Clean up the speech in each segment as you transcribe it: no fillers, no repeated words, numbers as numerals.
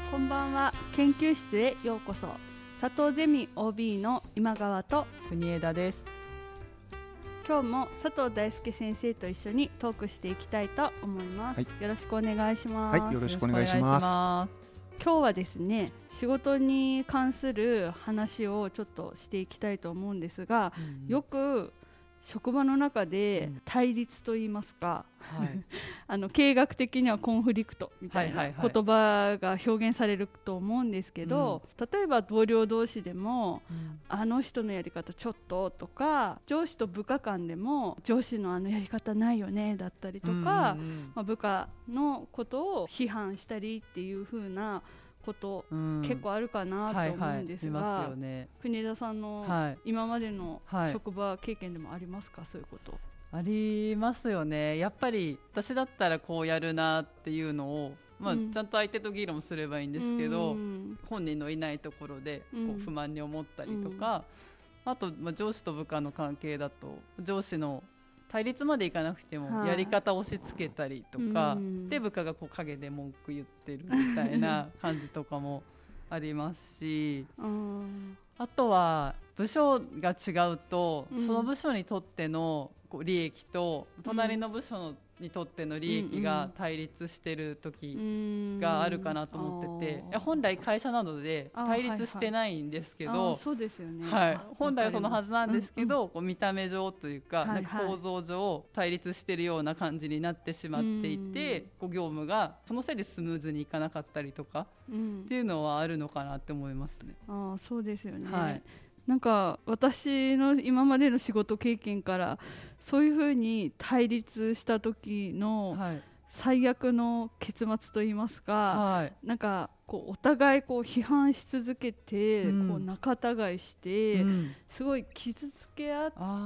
こんばんは。研究室へようこそ。佐藤ゼミ OB の今川と国枝です。 今日も佐藤大輔先生と一緒にトークしていきたいと思います、よろしくお願いします。 よろしくお願いします。 今日はですね、仕事に関する話をちょっとしていきたいと思うんですが、よく職場の中で対立といいますか、経営学的にはコンフリクトみたいな言葉が表現されると思うんですけど、例えば同僚同士でも、あの人のやり方ちょっととか、上司と部下間でも上司のあのやり方ないよねだったりとか、部下のことを批判したりっていう風なこと結構あるかなと思うんですが、国枝さんの今までの職場経験でもありますか？そういうことありますよね。やっぱり私だったらこうやるなっていうのを、ちゃんと相手と議論すればいいんですけど、本人のいないところでこう不満に思ったりとか、あと、上司と部下の関係だと上司の対立までいかなくてもやり方を押し付けたりとか、で部下がこう陰で文句言ってるみたいな感じとかもありますし、あとは部署が違うと、その部署にとってのこう利益と隣の部署にとっての利益が対立してる時があるかなと思ってて、本来会社などで対立してないんですけど、 そうですよね、 本来はそのはずなんですけど、こう見た目上というか、なんか構造上対立してるような感じになってしまっていて、こう業務がそのせいでスムーズにいかなかったりとかっていうのはあるのかなって思いますね。 そうですよね、なんか私の今までの仕事経験からそういうふうに対立した時の最悪の結末といいますか、なんかこうお互いこう批判し続けて、こう仲違いして、すごい傷つけ合って、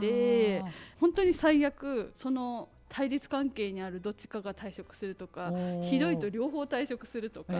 本当に最悪その対立関係にあるどっちかが退職するとか、ひどいと両方退職するとか、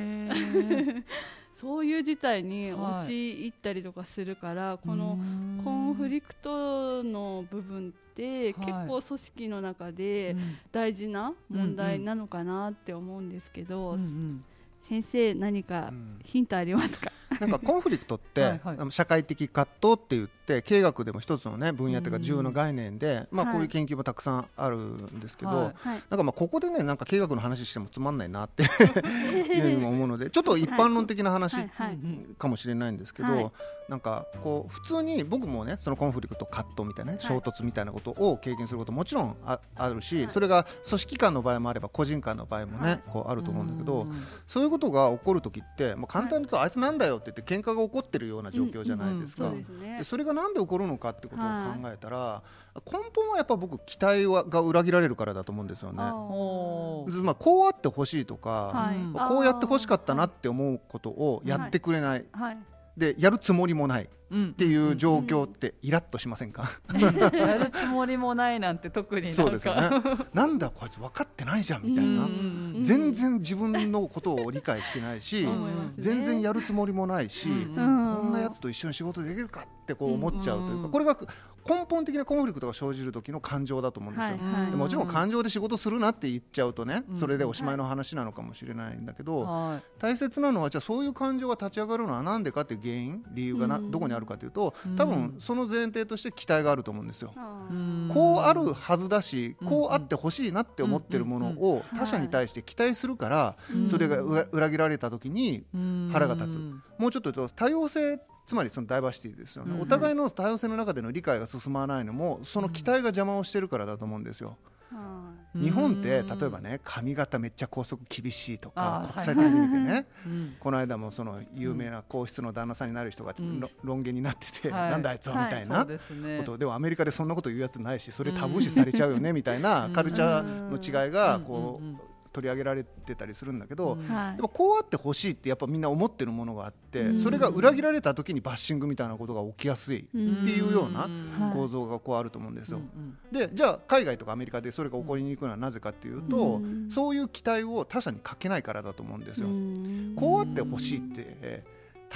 そういう事態に陥ったりとかするから、このコンフリクトの部分って結構組織の中で大事な問題なのかなって思うんですけど、先生何かヒントありますか？ なんかコンフリクトって社会的葛藤って言って、経営学でも一つのね分野というか重要な概念で、こういう研究もたくさんあるんですけど、なんかここでね、なんか経営学の話してもつまんないなっていうふうにも思うので、ちょっと一般論的な話かもしれないんですけど、なんかこう普通に僕もね、そのコンフリクト葛藤みたいな、ね、衝突みたいなことを経験することもちろん あるし、それが組織間の場合もあれば個人間の場合もね、こうあると思うんだけど、そういうことが起こるときって、簡単に言うとあいつなんだよって言って喧嘩が起こってるような状況じゃないですか。でそれがなんで起こるのかってことを考えたら、根本はやっぱ僕期待が裏切られるからだと思うんですよね。こうあってほしいとか、こうやってほしかったなって思うことをやってくれない、でやるつもりもないっていう状況ってイラッとしませんか？ やるつもりもないなんて特になんかそうですよね。なんだこいつ分かってないじゃんみたいな、全然自分のことを理解してないし、全然やるつもりもないし、こんなやつと一緒に仕事できるかってこう思っちゃうというか、これが根本的なコンフリクトが生じる時の感情だと思うんですよ。でもちろん感情で仕事するなって言っちゃうとね、それでおしまいの話なのかもしれないんだけど、大切なのはじゃあそういう感情が立ち上がるのはなんでかっていう原因、理由がどこにあるかというと、多分その前提として期待があると思うんですよ。こうあるはずだし、こうあってほしいなって思ってるものを他者に対して期待するから、それが裏切られた時に腹が立つ。もうちょっと言うと多様性、つまりそのダイバーシティですよね。お互いの多様性の中での理解が進まないのも、その期待が邪魔をしてるからだと思うんですよ。日本って例えばね、髪型めっちゃ校則厳しいとか国際的に見てね、この間もその有名な皇室の旦那さんになる人が論言になってて、なんだあいつはみたいなことでも、アメリカでそんなこと言うやつないし、それタブー視されちゃうよねみたいなカルチャーの違いがこう取り上げられてたりするんだけど、でもこうあってほしいってやっぱみんな思ってるものがあって、それが裏切られた時にバッシングみたいなことが起きやすいっていうような構造がこうあると思うんですよ。でじゃあ海外とかアメリカでそれが起こりにくいのはなぜかっていうと、そういう期待を他者にかけないからだと思うんですよ。こうあってほしいって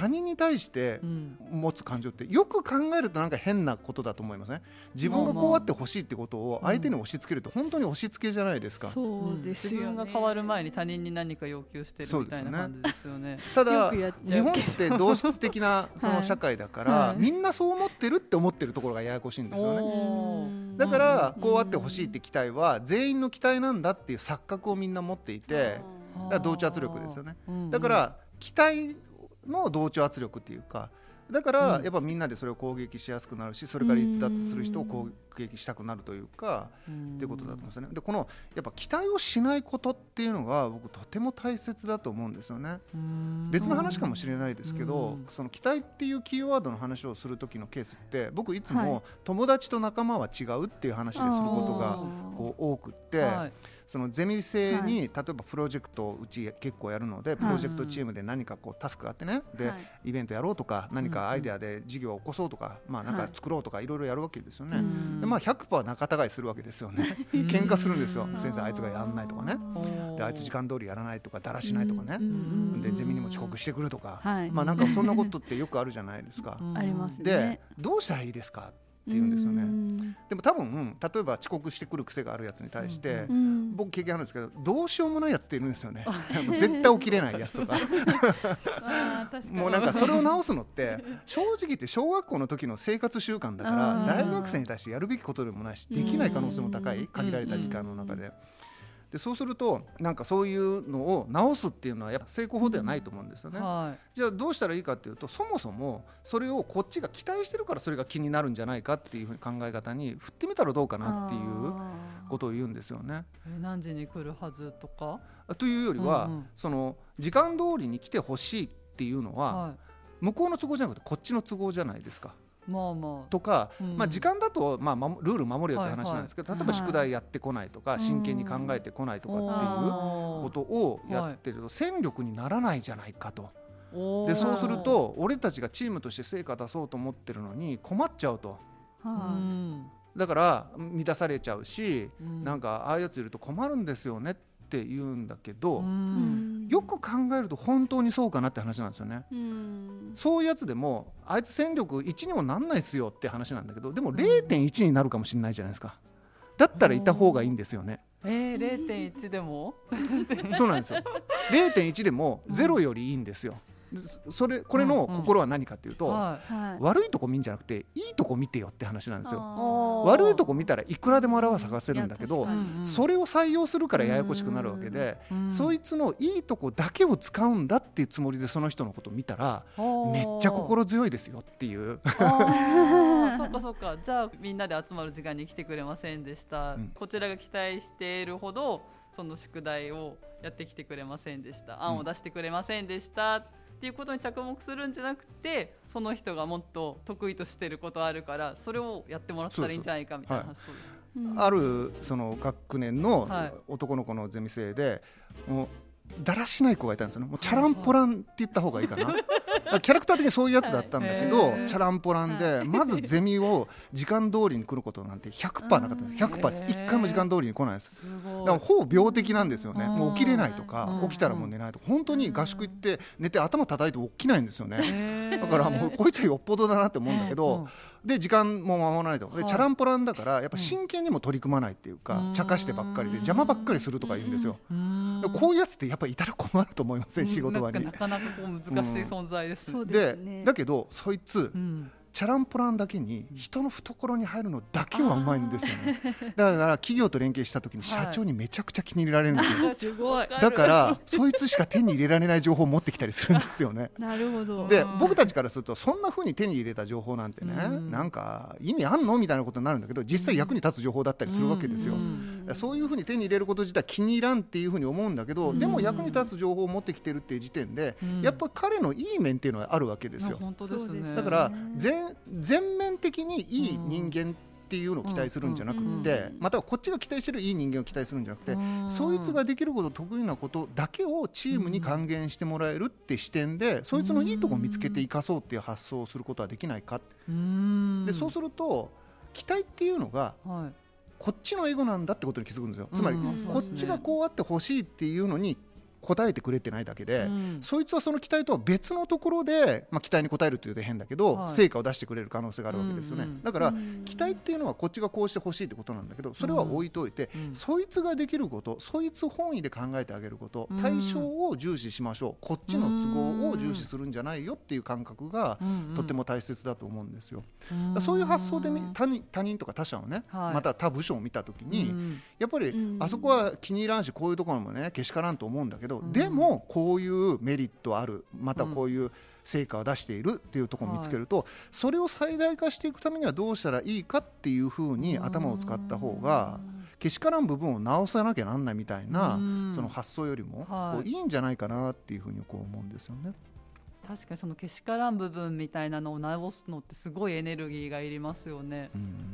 他人に対して持つ感情ってよく考えるとなんか変なことだと思いますね。自分がこうあってほしいってことを相手に押し付けると本当に押し付けじゃないですか。 そうですよね。 自分が変わる前に他人に何か要求してるみたいな感じですよね。 ただ日本って同質的なその社会だから、はい、みんなそう思ってるって思ってるところがややこしいんですよね。だからこうあってほしいって期待は全員の期待なんだっていう錯覚をみんな持っていて、だから同調圧力ですよね。だから期待の同調圧力っていうか、だからやっぱみんなでそれを攻撃しやすくなるし、それから逸脱する人を攻撃したくなるというかっていうことだと思うんですよね。でこのやっぱ期待をしないことっていうのが僕とても大切だと思うんですよね。別の話かもしれないですけど、その期待っていうキーワードの話をする時のケースって僕いつも友達と仲間は違うっていう話ですることがこう多くって、そのゼミ生に例えばプロジェクトをうち結構やるので、プロジェクトチームで何かこうタスクがあってね、でイベントやろうとか何かアイデアで事業を起こそうとか、なんか作ろうとかいろいろやるわけですよね。で100% 仲違いするわけですよね。喧嘩するんですよ。先生あいつがやんないとかね、であいつ時間通りやらないとかだらしないとかね、でゼミにも遅刻してくるとか、なんかそんなことってよくあるじゃないですか。 ありますね。 でどうしたらいいですかって言うんですよね。でも多分例えば遅刻してくる癖があるやつに対して、僕経験あるんですけど、どうしようもないやつっているんですよね。絶対起きれないやつとかもうなんかそれを直すのって正直言って小学校の時の生活習慣だから、大学生に対してやるべきことでもないし、できない可能性も高い、限られた時間の中で。でそうするとなんかそういうのを直すっていうのはやっぱ成功法ではないと思うんですよね。じゃあどうしたらいいかっていうと、そもそもそれをこっちが期待してるからそれが気になるんじゃないかっていうふうに考え方に振ってみたらどうかなっていうことを言うんですよね。 何時に来るはずとかというよりは、その時間通りに来てほしいっていうのは、向こうの都合じゃなくてこっちの都合じゃないですか。とか、時間だと、ルール守るよって話なんですけど、例えば宿題やってこないとか、真剣に考えてこないとかっていうことをやってると戦力にならないじゃないかと。でそうすると俺たちがチームとして成果出そうと思ってるのに困っちゃうと。だから満たされちゃうし、なんかああいうやついると困るんですよねって言うんだけど、よく考えると本当にそうかなって話なんですよね。そういうやつでもあいつ戦力1にもなんないっすよって話なんだけど、でも 0.1 になるかもしれないじゃないですか。だったらいた方がいいんですよね。 0.1 でもそうなんですよ。0.1 でも0よりいいんですよ。これの心は何かっていうと、悪いとこ見んじゃなくていいとこ見てよって話なんですよ。悪いとこ見たらいくらでも荒は探せるんだけど、それを採用するからややこしくなるわけで、そいつのいいとこだけを使うんだっていうつもりでその人のことを見たらめっちゃ心強いですよっていう。 そうかじゃあみんなで集まる時間に来てくれませんでした、こちらが期待しているほどその宿題をやってきてくれませんでした、案を出してくれませんでしたっていうことに着目するんじゃなくて、その人がもっと得意としていることあるからそれをやってもらったらいいんじゃないかみたいな発想です。 あるその学年の男の子のゼミ生で、もうだらしない子がいたんですよね。もうチャランポランって言った方がいいかな。キャラクター的にそういうやつだったんだけど、チャランポランでまずゼミを時間通りに来ることなんて 100% なかったんです。 100% です。1回も時間通りに来ないです。だからほぼ病的なんですよね。もう起きれないとか起きたらもう寝ないとか、本当に合宿行って寝て頭叩いて起きないんですよね。だからもうこいつはよっぽどだなって思うんだけど、で時間も守らないと。でチャランポランだからやっぱ真剣にも取り組まないっていうか、茶化してばっかりで邪魔ばっかりするとか言うんですよ。こういうやつってやっぱりいたら困ると思いません？仕事場になかなかこう難しい存在です。 でだけどそいつ、チャランポランだけに人の懐に入るのだけはうまいんですよね。だから企業と連携した時に社長にめちゃくちゃ気に入られるんですよ。 すごい。 だからそいつしか手に入れられない情報を持ってきたりするんですよね。 なるほど。 で僕たちからするとそんな風に手に入れた情報なんてね、なんか意味あんのみたいなことになるんだけど、実際役に立つ情報だったりするわけですよ。そういう風に手に入れること自体気に入らんっていう風に思うんだけど、でも役に立つ情報を持ってきてるっていう時点で、やっぱ彼のいい面っていうのはあるわけですよ。 本当ですね。 だから全面的にいい人間っていうのを期待するんじゃなくて、またはこっちが期待してるいい人間を期待するんじゃなくて、そいつができること得意なことだけをチームに還元してもらえるって視点で、そいつのいいところを見つけて生かそうっていう発想をすることはできないか。でそうすると期待っていうのが、こっちのエゴなんだってことに気づくんですよ。つまりこっちがこうあってほしいっていうのに答えてくれてないだけで、そいつはその期待とは別のところで、期待に応えるというと変だけど、成果を出してくれる可能性があるわけですよね。だから期待っていうのはこっちがこうしてほしいってことなんだけど、それは置いといて、そいつができること、そいつ本位で考えてあげること、対象を重視しましょう、こっちの都合を重視するんじゃないよっていう感覚がとても大切だと思うんですよ。そういう発想で他人とか他者をね、また他部署を見た時に、やっぱりあそこは気に入らんし、こういうところもねけしからんと思うんだけど、でもこういうメリットある、またこういう成果を出しているっていうところを見つけると、それを最大化していくためにはどうしたらいいかっていうふうに頭を使った方が、けしからん部分を直さなきゃなんないみたいなその発想よりもこういいんじゃないかなっていうふうにこう思うんですよね。 確かにそのけしからん部分みたいなのを直すのってすごいエネルギーがいりますよね。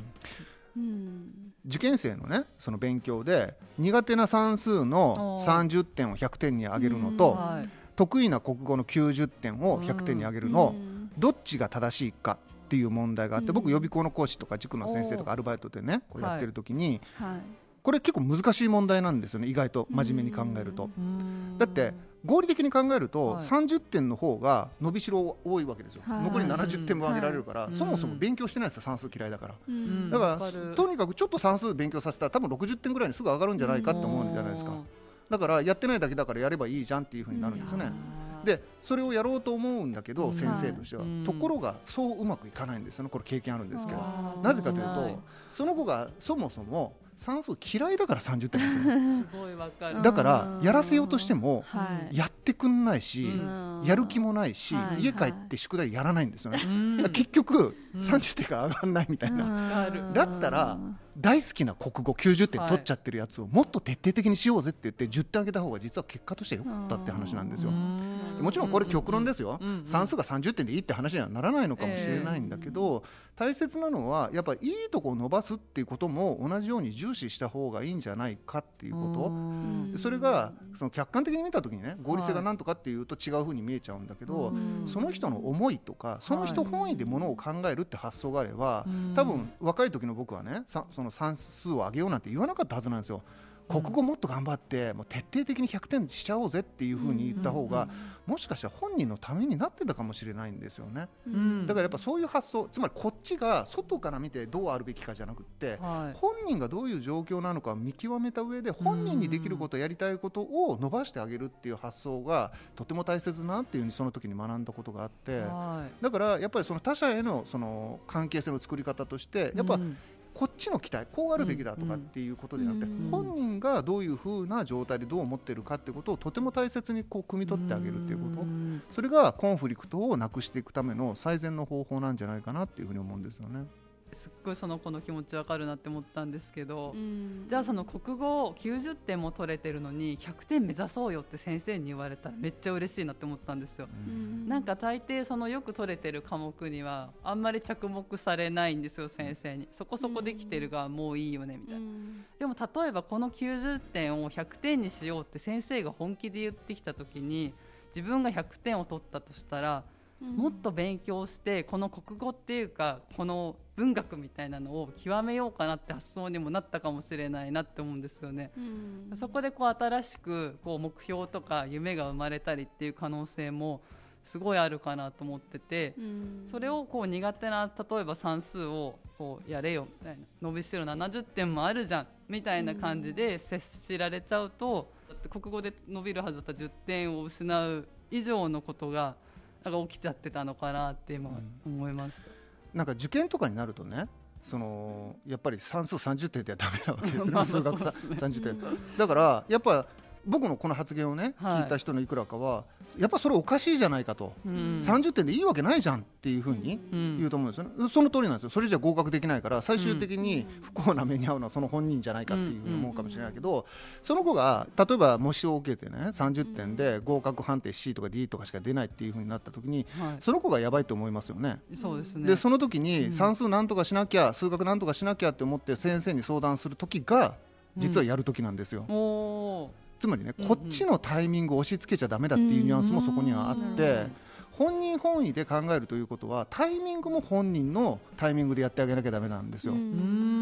受験生のね、その勉強で苦手な算数の30点を100点に上げるのと、得意な国語の90点を100点に上げるの、どっちが正しいかっていう問題があって、僕予備校の講師とか塾の先生とかアルバイトでねこうやってる時に、これ結構難しい問題なんですよね、意外と真面目に考えると。だって合理的に考えると30点の方が伸びしろ多いわけですよ。残り70点分上げられるから、そもそも勉強してないですよ、算数嫌いだから。だからとにかくちょっと算数勉強させたら多分60点ぐらいにすぐ上がるんじゃないかって思うんじゃないですか。だからやってないだけだからやればいいじゃんっていう風になるんですよね。でそれをやろうと思うんだけど、先生としては、ところがそううまくいかないんですよね。これ経験あるんですけど、なぜかというとその子がそもそも算数嫌いだから30点ですよ。 すごいわかる。 だからやらせようとしてもやってくんないし、やる気もないし、家帰って宿題やらないんですよね。結局30点が上がんないみたいな。だったら大好きな国語90点取っちゃってるやつをもっと徹底的にしようぜって言って10点上げた方が実は結果として良かったって話なんですよ。もちろんこれ極論ですよ。算数が30点でいいって話にはならないのかもしれないんだけど、大切なのはやっぱりいいとこを伸ばすっていうことも同じように重視した方がいいんじゃないかっていうこと。それがその客観的に見た時にね、合理性がなんとかっていうと違う風に見えちゃうんだけど、その人の思いとかその人本位でものを考えるって発想があれば、多分若い時の僕はね、その算数を上げようなんて言わなかったはずなんですよ。国語もっと頑張ってもう徹底的に100点しちゃおうぜっていう風に言った方が、もしかしたら本人のためになってたかもしれないんですよね。だからやっぱそういう発想、つまりこっちが外から見てどうあるべきかじゃなくって、本人がどういう状況なのかを見極めた上で本人にできること、やりたいことを伸ばしてあげるっていう発想がとても大切だなっていうふうにその時に学んだことがあって、だからやっぱりその他者へのその関係性の作り方としてやっぱこっちの期待こうあるべきだとかっていうことではなくて、本人がどういう風な状態でどう思っているかってことをとても大切にこう汲み取ってあげるっていうこと、それがコンフリクトをなくしていくための最善の方法なんじゃないかなっていうふうに思うんですよね。 すっごいその子の気持ちわかるなって思ったんですけど、じゃあその国語90点も取れてるのに100点目指そうよって先生に言われたらめっちゃ嬉しいなって思ったんですよ。なんか大抵そのよく取れてる科目にはあんまり着目されないんですよ、先生に。そこそこできてるがもういいよねみたいな。でも例えばこの90点を100点にしようって先生が本気で言ってきた時に、自分が100点を取ったとしたらもっと勉強してこの国語っていうかこの文学みたいなのを極めようかなって発想にもなったかもしれないなって思うんですよね。そこでこう新しくこう目標とか夢が生まれたりっていう可能性もすごいあるかなと思ってて、それをこう苦手な例えば算数をこうやれよみたいな、伸びしろ70点もあるじゃんみたいな感じで接しられちゃうと、だって国語で伸びるはずだった10点を失う以上のことがなんか起きちゃってたのかなって今思いました。 なんか受験とかになるとね、やっぱり算数30点ではダメなわけですよね数学30点だからやっぱ僕のこの発言をね、聞いた人のいくらかはやっぱそれおかしいじゃないかと、30点でいいわけないじゃんっていうふうに言うと思うんですよね。その通りなんですよ。それじゃ合格できないから最終的に不幸な目に遭うのはその本人じゃないかっていうふうに思うかもしれないけど、その子が例えば模試を受けてね30点で合格判定 C とか D とかしか出ないっていうふうになった時に、その子がやばいと思いますよね。 そうですね。 でその時に算数なんとかしなきゃ、数学なんとかしなきゃって思って先生に相談する時が実はやる時なんですよ。つまりね、こっちのタイミングを押し付けちゃダメだっていうニュアンスもそこにはあって、本人本位で考えるということはタイミングも本人のタイミングでやってあげなきゃダメなんですよ。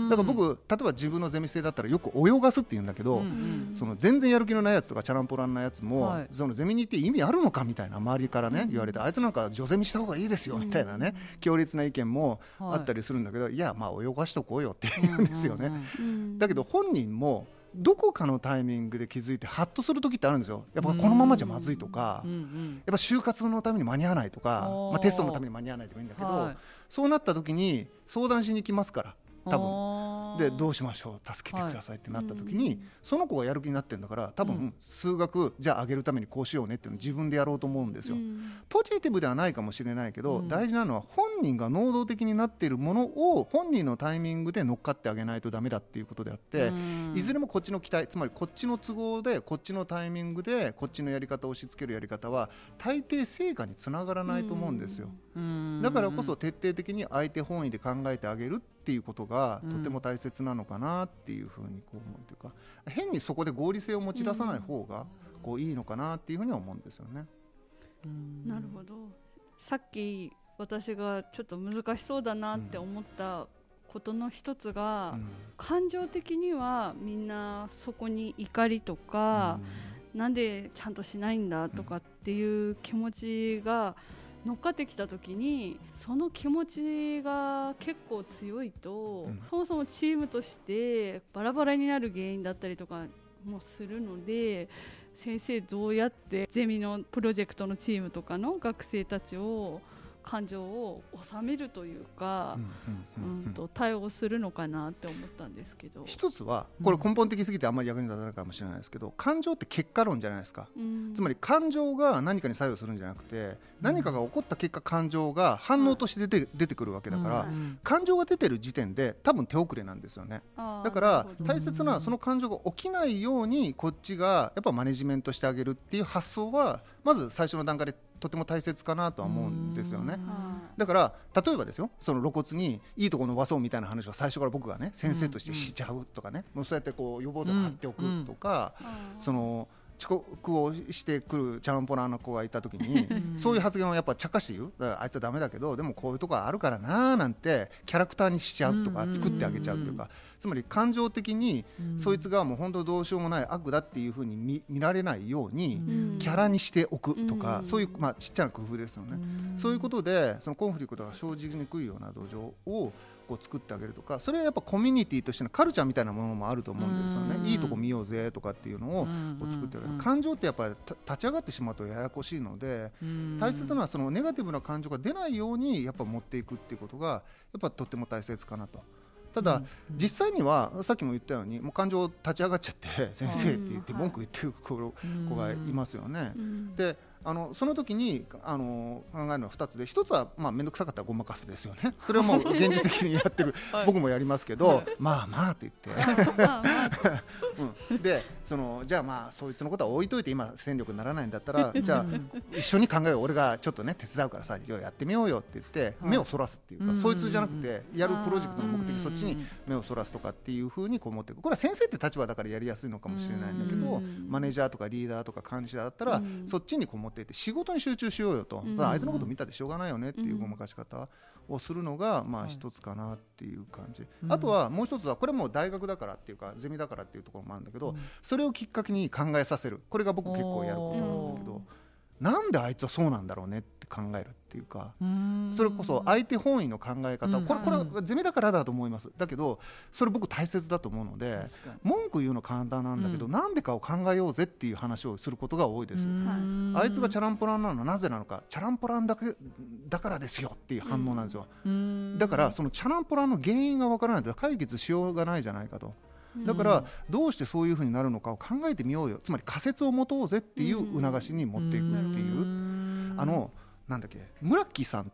だから僕例えば自分のゼミ生だったらよく泳がすって言うんだけど、その全然やる気のないやつとかチャランポランなやつも、そのゼミに行って意味あるのかみたいな周りからね言われて、あいつなんか女ゼミした方がいいですよみたいなね強烈な意見もあったりするんだけど、いやまあ泳がしとこうよって言うんですよね。だけど本人もどこかのタイミングで気づいてハッとする時ってあるんですよ。やっぱこのままじゃまずいとか、やっぱ就活のために間に合わないとか、テストのために間に合わないとかいいんだけど、そうなった時に相談しに来ますから多分で、どうしましょう助けてくださいってなった時に、その子がやる気になってるんだから多分数学じゃあ上げるためにこうしようねっていうのを自分でやろうと思うんですよ。ポジティブではないかもしれないけど、大事なのは本人が能動的になっているものを本人のタイミングで乗っかってあげないとダメだっていうことであって、いずれもこっちの期待、つまりこっちの都合でこっちのタイミングでこっちのやり方を押し付けるやり方は大抵成果につながらないと思うんですよ。だからこそ徹底的に相手本位で考えてあげるっていうことがとても大切なのかなっていうふうにこう思うというか、変にそこで合理性を持ち出さない方がこういいのかなっていうふうには思うんですよね。 なるほど。さっき私がちょっと難しそうだなって思ったことの一つが、感情的にはみんなそこに怒りとか、なんでちゃんとしないんだとかっていう気持ちが乗っかってきた時に、その気持ちが結構強いと、そもそもチームとしてバラバラになる原因だったりとかもするので、先生どうやってゼミのプロジェクトのチームとかの学生たちを感情を収めるというか、対応するのかなって思ったんですけど、 一つはこれ根本的すぎてあんまり役に立たないかもしれないですけど、感情って結果論じゃないですか。つまり感情が何かに作用するんじゃなくて、何かが起こった結果感情が反応として出てくるわけだから、感情が出てる時点で多分手遅れなんですよね。だから大切なその感情が起きないようにこっちがやっぱマネジメントしてあげるっていう発想はまず最初の段階でとても大切かなとは思うんですよね。だから例えばですよ、その露骨にいいとこ伸ばそうみたいな話は最初から僕がね先生としてしちゃうとかね、もうそうやってこう予防線を張っておくとか、その遅刻をしてくるチャランポランの子がいた時にそういう発言をやっぱ茶化して言う、あいつはダメだけどでもこういうとこあるからななんてキャラクターにしちゃうとか作ってあげちゃうというか、つまり感情的にそいつがもう本当どうしようもない悪だっていう風に 見られないようにキャラにしておくとか、そういうちっちゃな工夫ですよね。そういうことでそのコンフリクトが生じにくいような土壌をこう作ってあげるとか、それはやっぱコミュニティとしてのカルチャーみたいなものもあると思うんですよね。いいとこ見ようぜとかっていうのをこう作ってあげる。感情ってやっぱり立ち上がってしまうとややこしいので、大切なのはそのネガティブな感情が出ないようにやっぱ持っていくっていうことがやっぱとっても大切かなと。ただ実際にはさっきも言ったようにもう感情立ち上がっちゃって先生って言って文句言ってる子がいますよね。でその時に考えるのは2つで、1つは面倒くさかったらごまかすですよね。それはもう現実的にやってる僕もやりますけど、まあまあって言ってでじゃあそいつのことは置いといて今戦力にならないんだったらじゃあ一緒に考えよう、俺がちょっとね手伝うからさやってみようよって言って目をそらすっていうか、そいつじゃなくてやるプロジェクトの目的そっちに目をそらすとかっていう風にこう持っていく。これは先生って立場だからやりやすいのかもしれないんだけど、マネージャーとかリーダーとか管理者だったらそっちにこう持っていって仕事に集中しようよと、あいつのこと見たってしょうがないよねっていうごまかし方をするのが一つかなっていう感じ。あとはもう一つはこれも大学だからっていうかゼミだからっていうところもあるんだけど、それをきっかけに考えさせる。これが僕結構やることなんだけど、なんであいつはそうなんだろうねって考えるっていうか、それこそ相手本位の考え方、これはゼミだからだと思います。だけどそれ僕大切だと思うので、文句言うの簡単なんだけど、なんでかを考えようぜっていう話をすることが多いです。あいつがチャランポランなのはなぜなのか、チャランポランだからですよっていう反応なんですよ。だからそのチャランポランの原因がわからないと解決しようがないじゃないかと。だからどうしてそういう風になるのかを考えてみようよ、つまり仮説を持とうぜっていう促しに持っていくっていう、なんだっけ、村木さんって、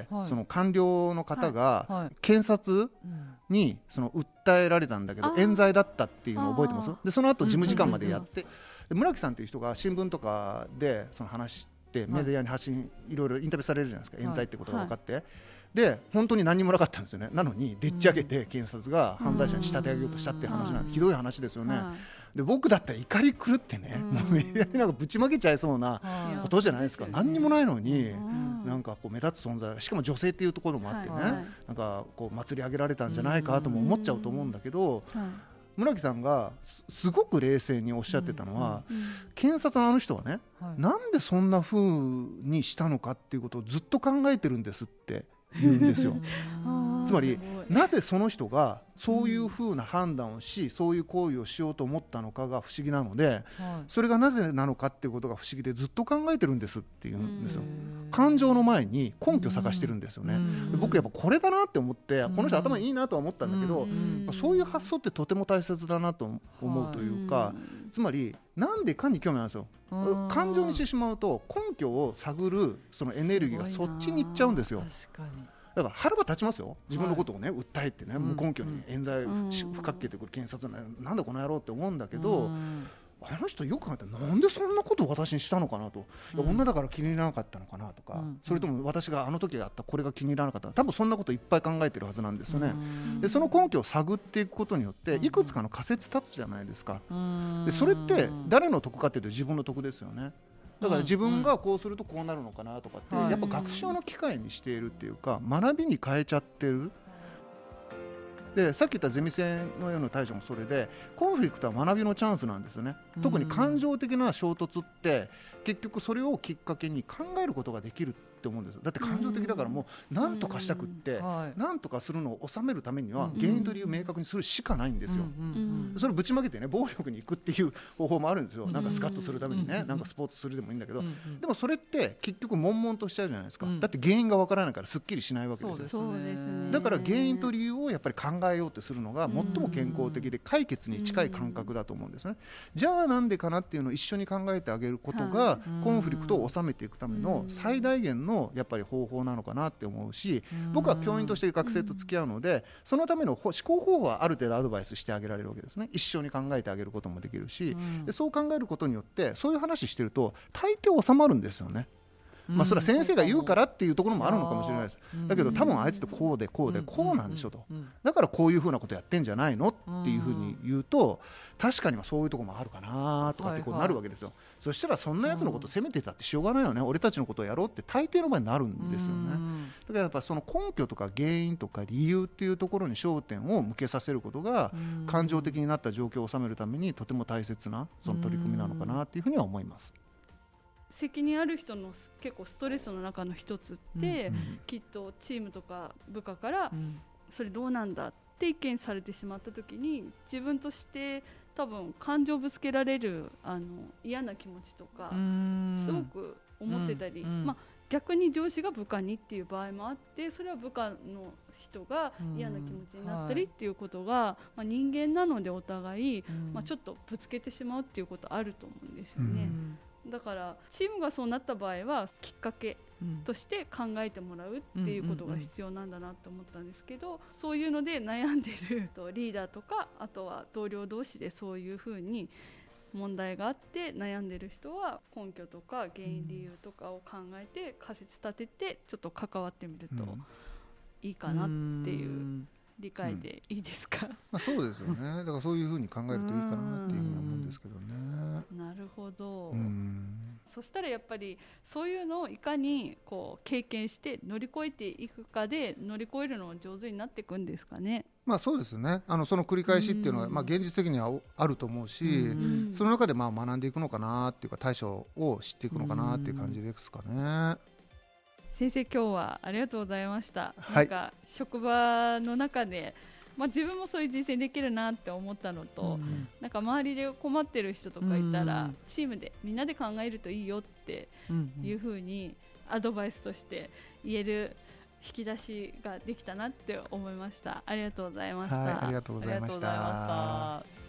その官僚の方が検察にその訴えられたんだけど冤罪だったっていうのを覚えてます？でその後事務次官までやって、で村木さんっていう人が新聞とかでその話してメディアに発信いろいろインタビューされるじゃないですか、冤罪ってことが分かって、で本当に何もなかったんですよね。なのにでっち上げて検察が犯罪者に仕立て上げようとしたって話なんで、ひどい話ですよね。で僕だったら怒り狂ってね、もうメディアになんかぶちまけちゃいそうなことじゃないですか。何にもないのになんかこう目立つ存在、しかも女性っていうところもあってね、なんかこう祭り上げられたんじゃないかとも思っちゃうと思うんだけど、村木さんがすごく冷静におっしゃってたのは、検察のあの人はね、なんでそんな風にしたのかっていうことをずっと考えてるんですって言うんですよ。つまりなぜその人がそういう風な判断をし、そういう行為をしようと思ったのかが不思議なので、それがなぜなのかっていうことが不思議でずっと考えてるんですって言うんですよ。感情の前に根拠を探してるんですよね。僕やっぱこれだなって思って、この人頭いいなとは思ったんだけど、そういう発想ってとても大切だなと思うというか、つまりなんでかに興味あるんですよ。感情にしてしまうと根拠を探るそのエネルギーがそっちに行っちゃうんですよ。 確かに。 だから腹は立ちますよ。自分のことをね、訴えてね、無根拠に冤罪ふかけてくる検察なんだこの野郎って思うんだけど、あの人よく考えたらなんでそんなことを私にしたのかなと、女だから気に入らなかったのかなとか、それとも私があの時やったこれが気に入らなかった、多分そんなこといっぱい考えてるはずなんですよね。でその根拠を探っていくことによっていくつかの仮説立つじゃないですか。でそれって誰の得かっていうと自分の得ですよね。だから自分がこうするとこうなるのかなとかってやっぱ学習の機会にしているっていうか、学びに変えちゃってる。でさっき言ったゼミ生のような対処もそれで、コンフリクトは学びのチャンスなんですよね。特に感情的な衝突って結局それをきっかけに考えることができるって思うんですよ。だって感情的だからもう何とかしたくって何とかするのを収めるためには原因と理由を明確にするしかないんですよ。それをぶちまけてね暴力に行くっていう方法もあるんですよ。なんかスカッとするためにね、なんかスポーツするでもいいんだけど、でもそれって結局悶々としちゃうじゃないですか。だって原因がわからないからすっきりしないわけですよ。だから原因と理由をやっぱり考えようとするのが最も健康的で解決に近い感覚だと思うんですね。じゃあなんでかなっていうのを一緒に考えてあげることがコンフリクトを収めていくための最大限のやっぱり方法なのかなって思うし、僕は教員として学生と付き合うので、そのための思考方法はある程度アドバイスしてあげられるわけですね。一緒に考えてあげることもできるし、でそう考えることによってそういう話してると大抵収まるんですよね。それは先生が言うからっていうところもあるのかもしれないです。だけど多分あいつってこうでこうでこうなんでしょと、だからこういうふうなことやってんじゃないのっていうふうに言うと、確かにそういうところもあるかなとかってことになるわけですよ。そしたらそんなやつのこと責めてたってしょうがないよね、俺たちのことをやろうって大抵の場合になるんですよね。だからやっぱその根拠とか原因とか理由っていうところに焦点を向けさせることが感情的になった状況を収めるためにとても大切なその取り組みなのかなっていうふうには思います。 責任ある人の結構ストレスの中の一つって、きっとチームとか部下からそれどうなんだって意見されてしまった時に、自分として多分感情をぶつけられる嫌な気持ちとかすごく思ってたり、逆に上司が部下にっていう場合もあって、それは部下の人が嫌な気持ちになったりっていうことが、人間なのでお互い、ちょっとぶつけてしまうっていうことあると思うんですよね。だからチームがそうなった場合はきっかけとして考えてもらうっていうことが必要なんだなと思ったんですけど、そういうので悩んでるリーダーとか、あとは同僚同士でそういうふうに問題があって悩んでる人は根拠とか原因理由とかを考えて仮説立ててちょっと関わってみるといいかなっていう理解でいいですか？ そうですよね。だからそういうふうに考えるといいかなっていうふうに思うんですけどね。 なるほど。そしたらやっぱりそういうのをいかにこう経験して乗り越えていくかで乗り越えるのが上手になっていくんですかね。 そうですね。その繰り返しっていうのは現実的にはあると思うし、その中で学んでいくのかなっていうか対処を知っていくのかなっていう感じですかね。 先生、今日はありがとうございました。なんか職場の中で、自分もそういう人生できるなって思ったのと、なんか周りで困ってる人とかいたら、チームでみんなで考えるといいよっていう風にアドバイスとして言える引き出しができたなって思いました。ありがとうございました。 ありがとうございました。